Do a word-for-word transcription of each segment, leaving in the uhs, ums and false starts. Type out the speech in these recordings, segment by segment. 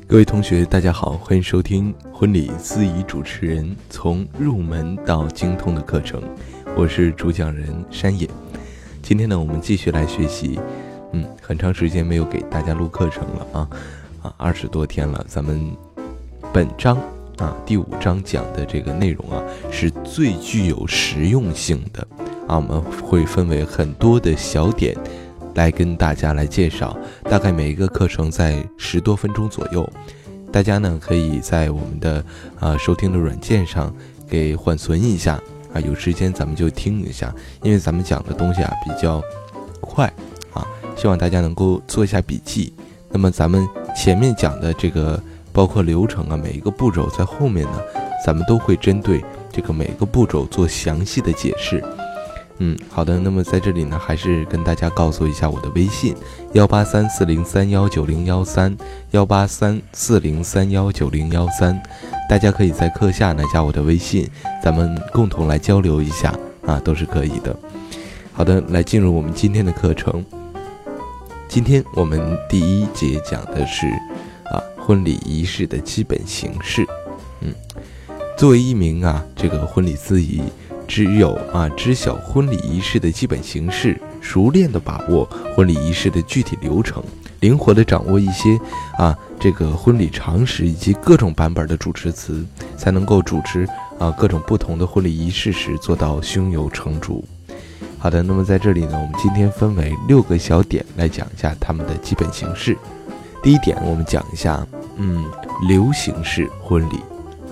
各位同学大家好，欢迎收听婚礼司仪主持人从入门到精通的课程，我是主讲人山野。今天呢，我们继续来学习，嗯，很长时间没有给大家录课程了啊，啊，二十多天了。咱们本章啊第五章讲的这个内容啊，是最具有实用性的啊，我们会分为很多的小点来跟大家来介绍，大概每一个课程在十多分钟左右。大家呢可以在我们的啊收听的软件上给缓存一下啊，有时间咱们就听一下，因为咱们讲的东西啊比较快啊，希望大家能够做一下笔记。那么咱们前面讲的这个包括流程啊，每一个步骤在后面呢，咱们都会针对这个每个步骤做详细的解释。嗯，好的，那么在这里呢，还是跟大家告诉一下我的微信幺八三四零三幺九零幺三幺八三四零三幺九零幺三，大家可以在课下呢加我的微信，咱们共同来交流一下啊，都是可以的。好的，来进入我们今天的课程。今天我们第一节讲的是啊婚礼仪式的基本形式。嗯，作为一名啊这个婚礼司仪，只有啊知晓婚礼仪式的基本形式，熟练的把握婚礼仪式的具体流程，灵活的掌握一些啊这个婚礼常识以及各种版本的主持词，才能够主持啊各种不同的婚礼仪式时做到胸有成竹。好的，那么在这里呢，我们今天分为六个小点来讲一下它们的基本形式。第一点，我们讲一下嗯流行式婚礼。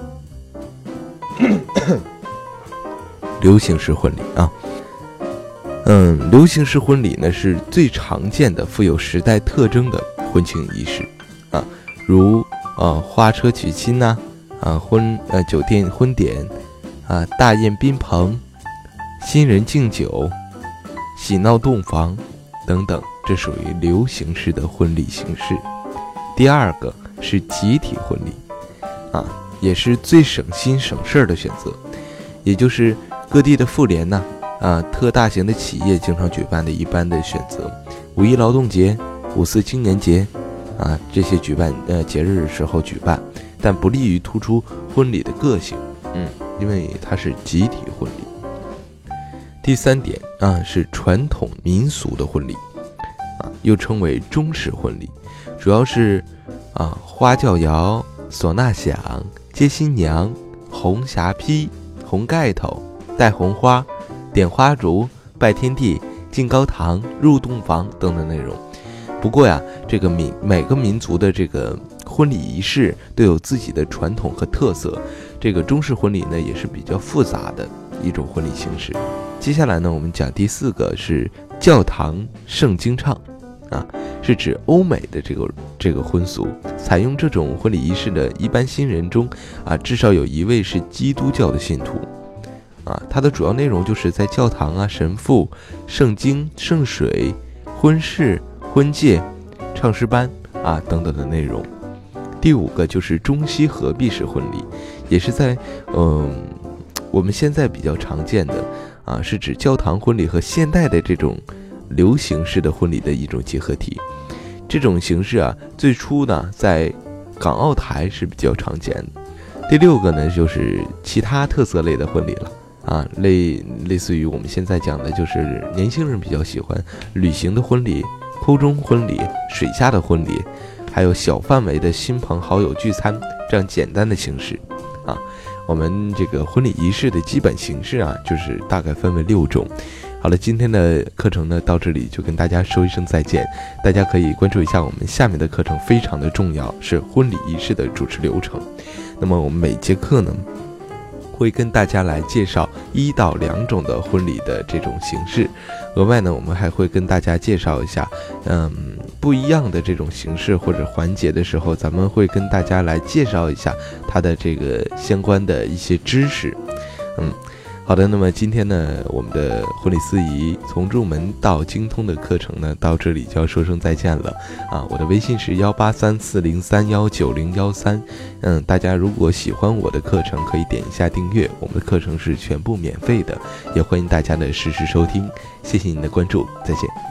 流行式婚礼啊，嗯，流行式婚礼呢是最常见的富有时代特征的婚庆仪式啊，如啊花车娶亲呐、啊，啊婚呃酒店婚典啊，大宴宾朋，新人敬酒，喜闹洞房等等，这属于流行式的婚礼形式。第二个是集体婚礼啊，也是最省心省事儿的选择，也就是各地的妇联呢，啊，特大型的企业经常举办的一般的选择，五一劳动节、五四青年节，啊，这些举办呃节日的时候举办，但不利于突出婚礼的个性，嗯，因为它是集体婚礼。第三点啊，是传统民俗的婚礼，啊，又称为中式婚礼，主要是啊花轿摇、唢呐响、接新娘、红霞披、红盖头、戴红花、点花烛、拜天地、进高堂、入洞房等等内容。不过呀，这个民每个民族的这个婚礼仪式都有自己的传统和特色。这个中式婚礼呢，也是比较复杂的一种婚礼形式。接下来呢，我们讲第四个是教堂圣经唱，啊，是指欧美的这个这个婚俗。采用这种婚礼仪式的一般新人中啊，至少有一位是基督教的信徒。啊，它的主要内容就是在教堂啊、神父、圣经、圣水、婚事、婚戒、唱诗班啊等等的内容。第五个就是中西合璧式婚礼，也是在嗯我们现在比较常见的啊，是指教堂婚礼和现代的这种流行式的婚礼的一种结合体。这种形式啊，最初呢在港澳台是比较常见的。第六个呢就是其他特色类的婚礼了。啊，类类似于我们现在讲的，就是年轻人比较喜欢旅行的婚礼、空中婚礼、水下的婚礼，还有小范围的亲朋好友聚餐这样简单的形式。啊，我们这个婚礼仪式的基本形式啊，就是大概分为六种。好了，今天的课程呢到这里就跟大家说一声再见，大家可以关注一下我们下面的课程，非常的重要，是婚礼仪式的主持流程。那么我们每节课呢，会跟大家来介绍一到两种的婚礼的这种形式，额外呢，我们还会跟大家介绍一下，嗯，不一样的这种形式或者环节的时候，咱们会跟大家来介绍一下它的这个相关的一些知识。嗯，好的，那么今天呢，我们的婚礼司仪从入门到精通的课程呢，到这里就要说声再见了啊！我的微信是幺八三四零三幺九零幺三，嗯，大家如果喜欢我的课程，可以点一下订阅，我们的课程是全部免费的，也欢迎大家的实时收听，谢谢您的关注，再见。